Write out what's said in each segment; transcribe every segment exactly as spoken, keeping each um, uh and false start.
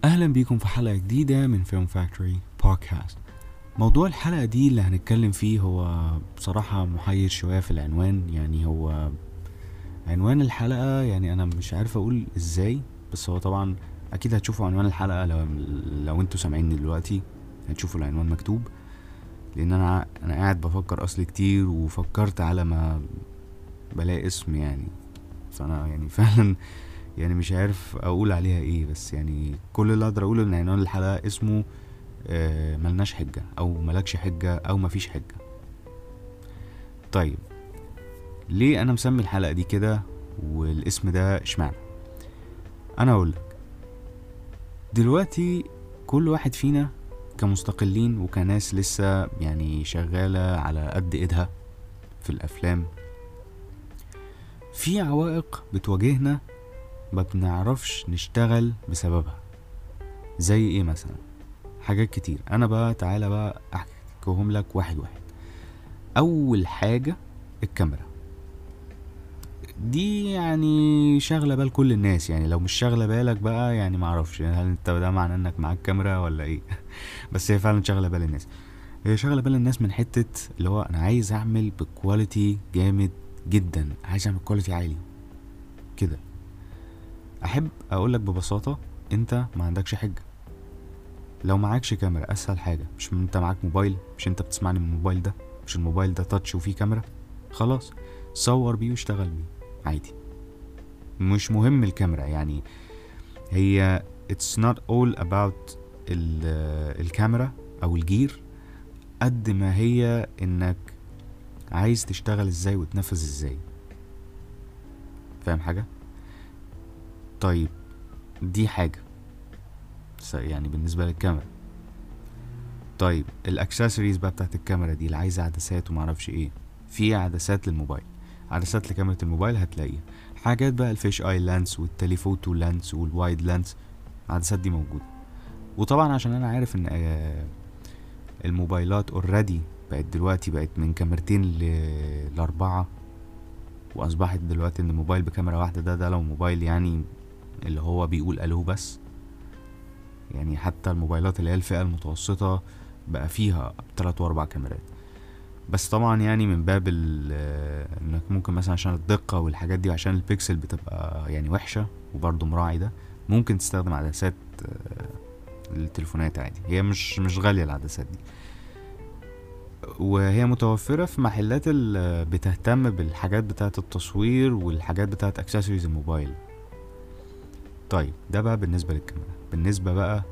اهلا بيكم في حلقة جديدة من فيلم فاكتوري بودكاست. موضوع الحلقة دي اللي هنتكلم فيه هو بصراحة محير شوية في العنوان. يعني هو عنوان الحلقة، يعني انا مش عارف اقول ازاي، بس هو طبعا اكيد هتشوفوا عنوان الحلقة. لو لو انتوا سامعيني دلوقتي هتشوفوا العنوان مكتوب، لان انا انا قاعد بفكر اصلي كتير، وفكرت على ما بلاقي اسم يعني. فانا يعني فعلا يعني مش عارف اقول عليها ايه، بس يعني كل اللي اقدر اقوله ان عنوان الحلقة اسمه آه، ملناش حجة او ملكش حجة او مفيش حجة. طيب ليه انا مسمي الحلقة دي كده والاسم ده اشمعنى؟ انا اقولك دلوقتي. كل واحد فينا كمستقلين وكناس لسه يعني شغالة على قد ايدها في الافلام، في عوائق بتواجهنا ما بنعرفش نشتغل بسببها. زي ايه مثلا؟ حاجات كتير. انا بقى تعالى بقى احكيهم لك واحد واحد. اول حاجة الكاميرا دي، يعني شاغله بال كل الناس. يعني لو مش شاغله بالك بقى يعني معرفش، يعني هل انت ده معناه انك معاك كاميرا ولا ايه؟ بس هي فعلا شاغله بال الناس. هي شاغله بال الناس من حته اللي هو انا عايز اعمل بكواليتي جامد جدا، عايز اعمل كواليتي عالي كده. احب اقولك ببساطه، انت ما عندكش حجه. لو معاكش كاميرا، اسهل حاجه، مش انت معاك موبايل؟ مش انت بتسمعني من الموبايل ده؟ مش الموبايل ده تاتش وفيه كاميرا؟ خلاص صور بيه واشتغل بيه عادي، مش مهم الكاميرا. يعني هي it's not all about ال- الكاميرا او الجير، قد ما هي انك عايز تشتغل ازاي وتنفذ ازاي. فاهم حاجة؟ طيب دي حاجة س- يعني بالنسبة للكاميرا. طيب الاكسسوارز بقى بتاعت الكاميرا دي اللي عايزة عدسات ومعرفش ايه، في عدسات للموبايل، عدسات لكاميرا الموبايل هتلاقيها. حاجات بقى الفيش اي لانس والتليفوتو لانس والوايد لانس، العدسات دي موجودة. وطبعا عشان انا عارف ان آه، الموبايلات اوريدي بقت دلوقتي بقت من كاميرتين ل- لاربعة، واصبحت دلوقتي ان الموبايل بكاميرا واحدة ده ده لو موبايل يعني اللي هو بيقول الو بس. يعني حتى الموبايلات اللي هي الفئة المتوسطة بقى فيها تلات واربع كاميرات. بس طبعا يعني من باب ال- آه، انك ممكن مثلا عشان الدقة والحاجات دي وعشان البيكسل بتبقى يعني وحشة، وبرضه مراعي ده، ممكن تستخدم عدسات التليفونات عادي. هي مش مش غالية العدسات دي، وهي متوفرة في محلات اللي بتهتم بالحاجات بتاعة التصوير والحاجات بتاعة اكسسوارز الموبايل. طيب ده بقى بالنسبة للكاميرا. بالنسبة بقى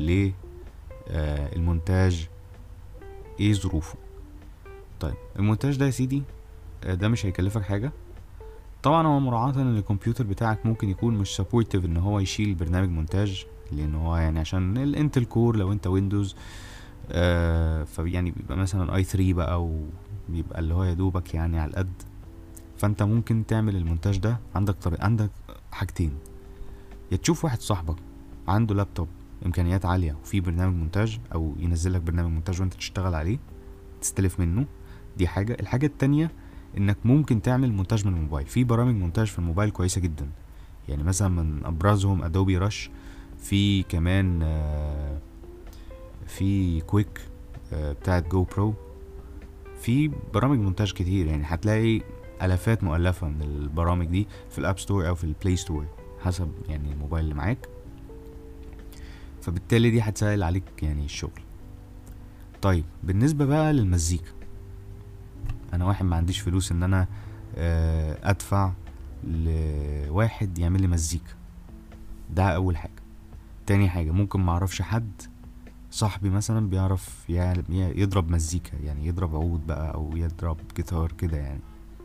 للمونتاج، ايه ظروفه؟ طيب المونتاج ده يا سيدي، آه، ده مش هيكلفك حاجة. طبعا هو مراعاة ان الكمبيوتر بتاعك ممكن يكون مش سبورتيف ان هو يشيل برنامج مونتاج، لان هو يعني عشان الانتل كور لو انت ويندوز، آه فيعني بيبقى مثلا اي ثري بقى، وبيبقى اللي هو يا دوبك يعني على القد. فانت ممكن تعمل المونتاج ده عندك طريق، عندك حاجتين: يا تشوف واحد صاحبك عنده لابتوب امكانيات عاليه وفيه برنامج مونتاج، او ينزل لك برنامج مونتاج وانت تشتغل عليه تستلف منه. دي حاجه. الحاجه التانية انك ممكن تعمل مونتاج من الموبايل. في برامج مونتاج في الموبايل كويسه جدا، يعني مثلا من ابرزهم ادوبي رش. في كمان آه في كويك آه بتاعت جو برو. في برامج مونتاج كتير، يعني هتلاقي الافات مؤلفه من البرامج دي في الاب ستور او في البلاي ستور حسب يعني الموبايل اللي معاك. فبالتالي دي هتسهل عليك يعني الشغل. طيب بالنسبه بقى للمزيكا، انا واحد ما عنديش فلوس ان انا آه، ادفع لواحد يعمل لي مزيكا. ده اول حاجه. تاني حاجه، ممكن ما اعرفش حد صاحبي مثلا بيعرف يعني يضرب مزيكا، يعني يضرب عود بقى او يضرب جيتار كده يعني.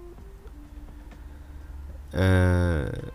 آه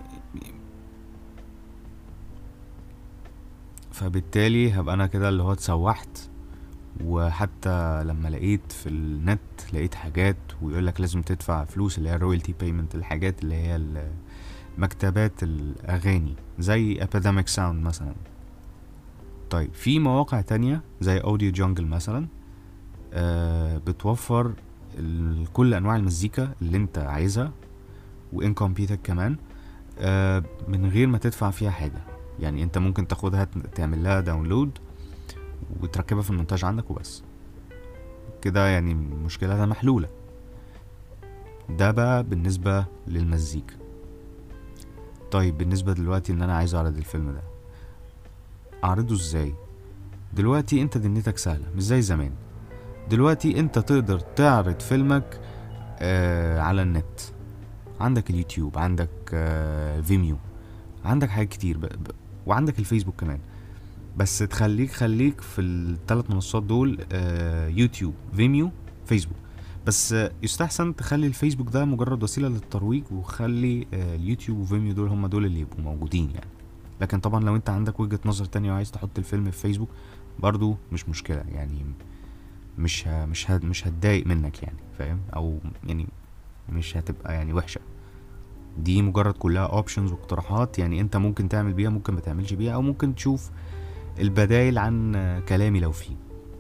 فبالتالي هبقى انا كده اللي هو اتسوحت. وحتى لما لقيت في النت لقيت حاجات ويقولك لازم تدفع فلوس اللي هي الرويالتي بيمنت، الحاجات اللي هي مكتبات الاغاني زي ابيديميك ساوند مثلا. طيب في مواقع تانية زي اوديو جونجل مثلا، آه بتوفر ال- كل انواع المزيكا اللي انت عايزها، وان كومبيوتر كمان، آه من غير ما تدفع فيها حاجة. يعني انت ممكن تاخدها تعمل لها داونلود وتركبها في المونتاج عندك وبس كده، يعني مشكلتها محلولة. ده بقى بالنسبة للمزيكا. طيب بالنسبة دلوقتي ان انا عايز اعرض الفيلم ده، اعرضه ازاي؟ دلوقتي انت دنيتك سهلة مش زي زمان. دلوقتي انت تقدر تعرض فيلمك آه على النت، عندك اليوتيوب، عندك آه فيميو، عندك حاجات كتير ب... ب... وعندك الفيسبوك كمان. بس تخليك خليك في الثلاث منصات دول، آه يوتيوب، فيميو، فيسبوك. بس آه يستحسن تخلي الفيسبوك ده مجرد وسيلة للترويج، وخلي آه اليوتيوب وفيميو دول هما دول اللي يبقوا موجودين يعني. لكن طبعا لو انت عندك وجهة نظر تانية وعايز تحط الفيلم في فيسبوك برضو مش مشكلة يعني، مش ه... مش ه... مش هتضايق منك يعني، فاهم؟ او يعني مش هتبقى يعني وحشة. دي مجرد كلها اوبشنز واقتراحات، يعني انت ممكن تعمل بيها، ممكن ما تعملش بيها، او ممكن تشوف البدايل عن كلامي لو فيه.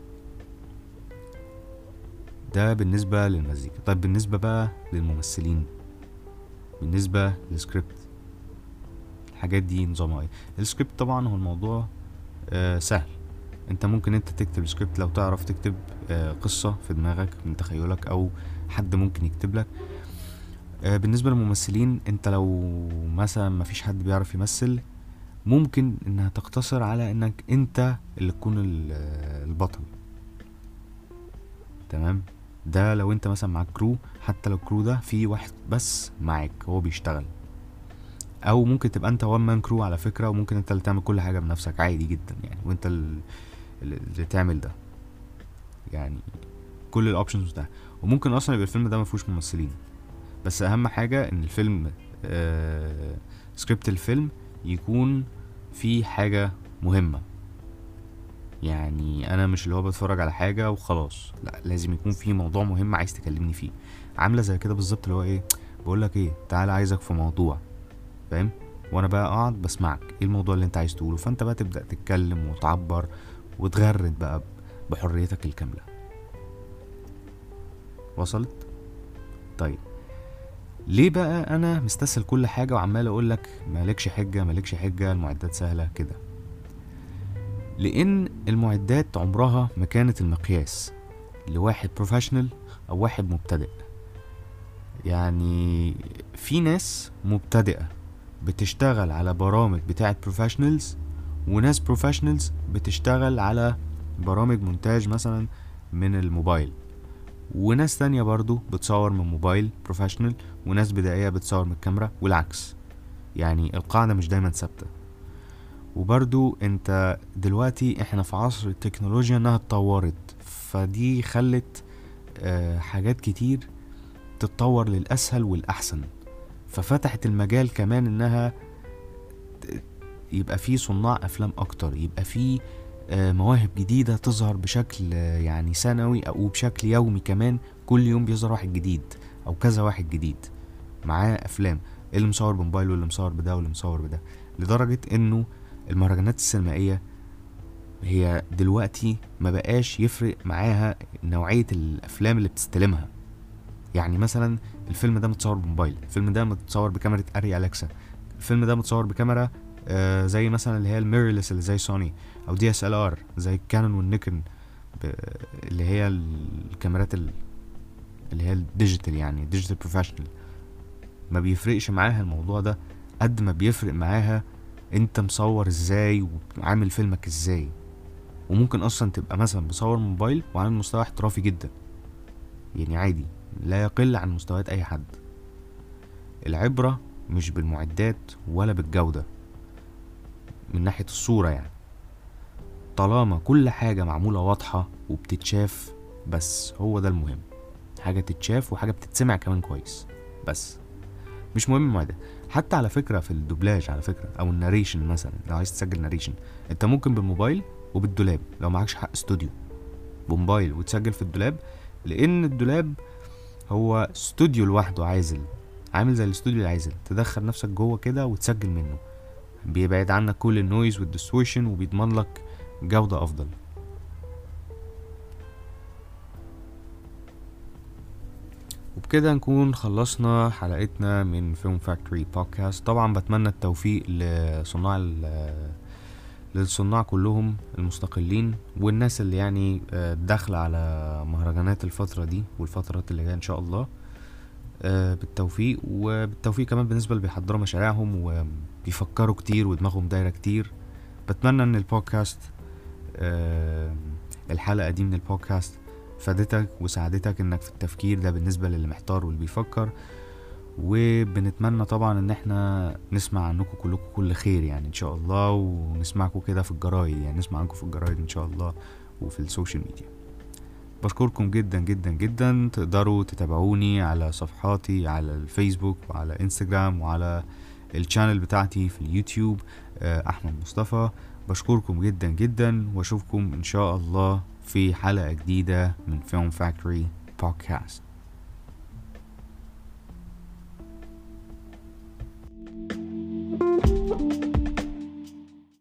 ده بالنسبة للمزيكا. طيب بالنسبة بقى للممثلين، بالنسبة للسكريبت، الحاجات دي نظامها ايه؟ السكريبت طبعا هو الموضوع آه سهل. انت ممكن انت تكتب سكريبت لو تعرف تكتب آه قصة في دماغك من تخيلك، او حد ممكن يكتب لك. آه بالنسبة للممثلين، انت لو مثلا مفيش حد بيعرف يمثل، ممكن انها تقتصر على انك انت اللي تكون البطل. تمام؟ ده لو انت مثلا معاك كرو، حتى لو الكرو ده في واحد بس معاك هو بيشتغل، او ممكن تبقى انت وان مان كرو على فكرة، وممكن انت اللي تعمل كل حاجة بنفسك عادي جدا يعني، وانت اللي, اللي تعمل ده يعني، كل الاوبشنز بتاعها. وممكن اصلا يبقى الفيلم ده مفهوش ممثلين، بس اهم حاجة ان الفيلم آه سكريبت الفيلم يكون في حاجة مهمة. يعني انا مش اللي هو بتفرج على حاجة وخلاص، لا، لازم يكون في موضوع مهم عايز تكلمني فيه. عاملة زي كده بالظبط، اللي هو ايه، بقولك ايه، تعالى عايزك في موضوع، فاهم؟ وانا بقى اقعد بسمعك ايه الموضوع اللي انت عايز تقوله، فانت بقى تبدأ تتكلم وتعبر وتغرد بقى بحريتك الكاملة. وصلت؟ طيب ليه بقى انا مستسهل كل حاجة وعمال اقولك مالكش حجة مالكش حجة، المعدات سهلة كده؟ لان المعدات عمرها ما كانت المقياس لواحد بروفيشنال او واحد مبتدئ. يعني في ناس مبتدئة بتشتغل على برامج بتاعت بروفيشنالز، وناس بروفيشنالز بتشتغل على برامج مونتاج مثلا من الموبايل، وناس تانية برضو بتصور من موبايل بروفيشنال، وناس بدائية بتصور من الكاميرا، والعكس. يعني القاعدة مش دايما ثابتة. وبرضو انت دلوقتي احنا في عصر التكنولوجيا انها اتطورت، فدي خلت اه حاجات كتير تتطور للأسهل والأحسن، ففتحت المجال كمان انها يبقى فيه صناع افلام اكتر، يبقى فيه اه مواهب جديدة تظهر بشكل اه يعني سنوي او بشكل يومي كمان. كل يوم بيظهر واحد جديد او كذا واحد جديد معاه افلام، اللي مصور بموبايل واللي مصور بده واللي مصور بده، لدرجة انه المهرجانات السينمائية هي دلوقتي ما بقاش يفرق معاها نوعية الافلام اللي بتستلمها. يعني مثلا الفيلم ده متصور بموبايل، الفيلم ده متصور بكاميرا اري اليكسا، الفيلم ده متصور بكاميرا آه زي مثلا اللي هي الميرلس اللي زي سوني، او دي اس ال ار زي الكانون والنيكون، اللي هي الكاميرات اللي هي الديجيتال، يعني ديجيتال بروفيشنال. ما بيفرقش معاها الموضوع ده قد ما بيفرق معاها انت مصور ازاي وعامل فيلمك ازاي. وممكن اصلا تبقى مثلا بصور موبايل وعامل مستوى احترافي جدا، يعني عادي لا يقل عن مستويات اي حد. العبرة مش بالمعدات ولا بالجودة من ناحية الصورة يعني، طالما كل حاجة معمولة واضحة وبتتشاف، بس هو ده المهم. حاجة تتشاف وحاجة بتتسمع كمان كويس، بس مش مهم المعدات. حتى على فكرة في الدوبلاج على فكرة، او الناريشن مثلا، لو عايز تسجل ناريشن انت ممكن بالموبايل وبالدولاب، لو معكش حق استوديو بموبايل وتسجل في الدولاب، لان الدولاب هو استوديو لوحده عازل، عامل زي الاستوديو العازل، تدخل نفسك جوه كده وتسجل منه، بيبعد عنك كل النويز والديستورشن وبيضمن لك جودة افضل. وبكده وبكده نكون خلصنا حلقتنا من فيلم فاكتوري بودكاست. طبعا بتمنى التوفيق لصناع ال- للصناع كلهم المستقلين، والناس اللي يعني آه، داخلة على مهرجانات الفترة دي والفترات اللي جاية ان شاء الله. آه، بالتوفيق، وبالتوفيق كمان بالنسبة اللي بيحضروا مشاريعهم وبيفكروا كتير ودماغهم دايرة كتير. بتمنى ان البودكاست آه، الحلقة دي من البودكاست فادتك وساعدتك انك في التفكير ده بالنسبة للي محتار واللي بيفكر. وبنتمنى طبعا ان احنا نسمع عنكم كلكم كل خير يعني ان شاء الله، ونسمعكم كده في الجرايد، يعني نسمع عنكم في الجرايد ان شاء الله وفي السوشيال ميديا. بشكركم جدا جدا جدا. تقدروا تتابعوني على صفحاتي على الفيسبوك وعلى انستجرام وعلى الشانل بتاعتي في اليوتيوب، آه، احمد مصطفى. بشكركم جدا جدا، واشوفكم ان شاء الله في حلقة جديدة من فيلم فاكتوري بودكاست.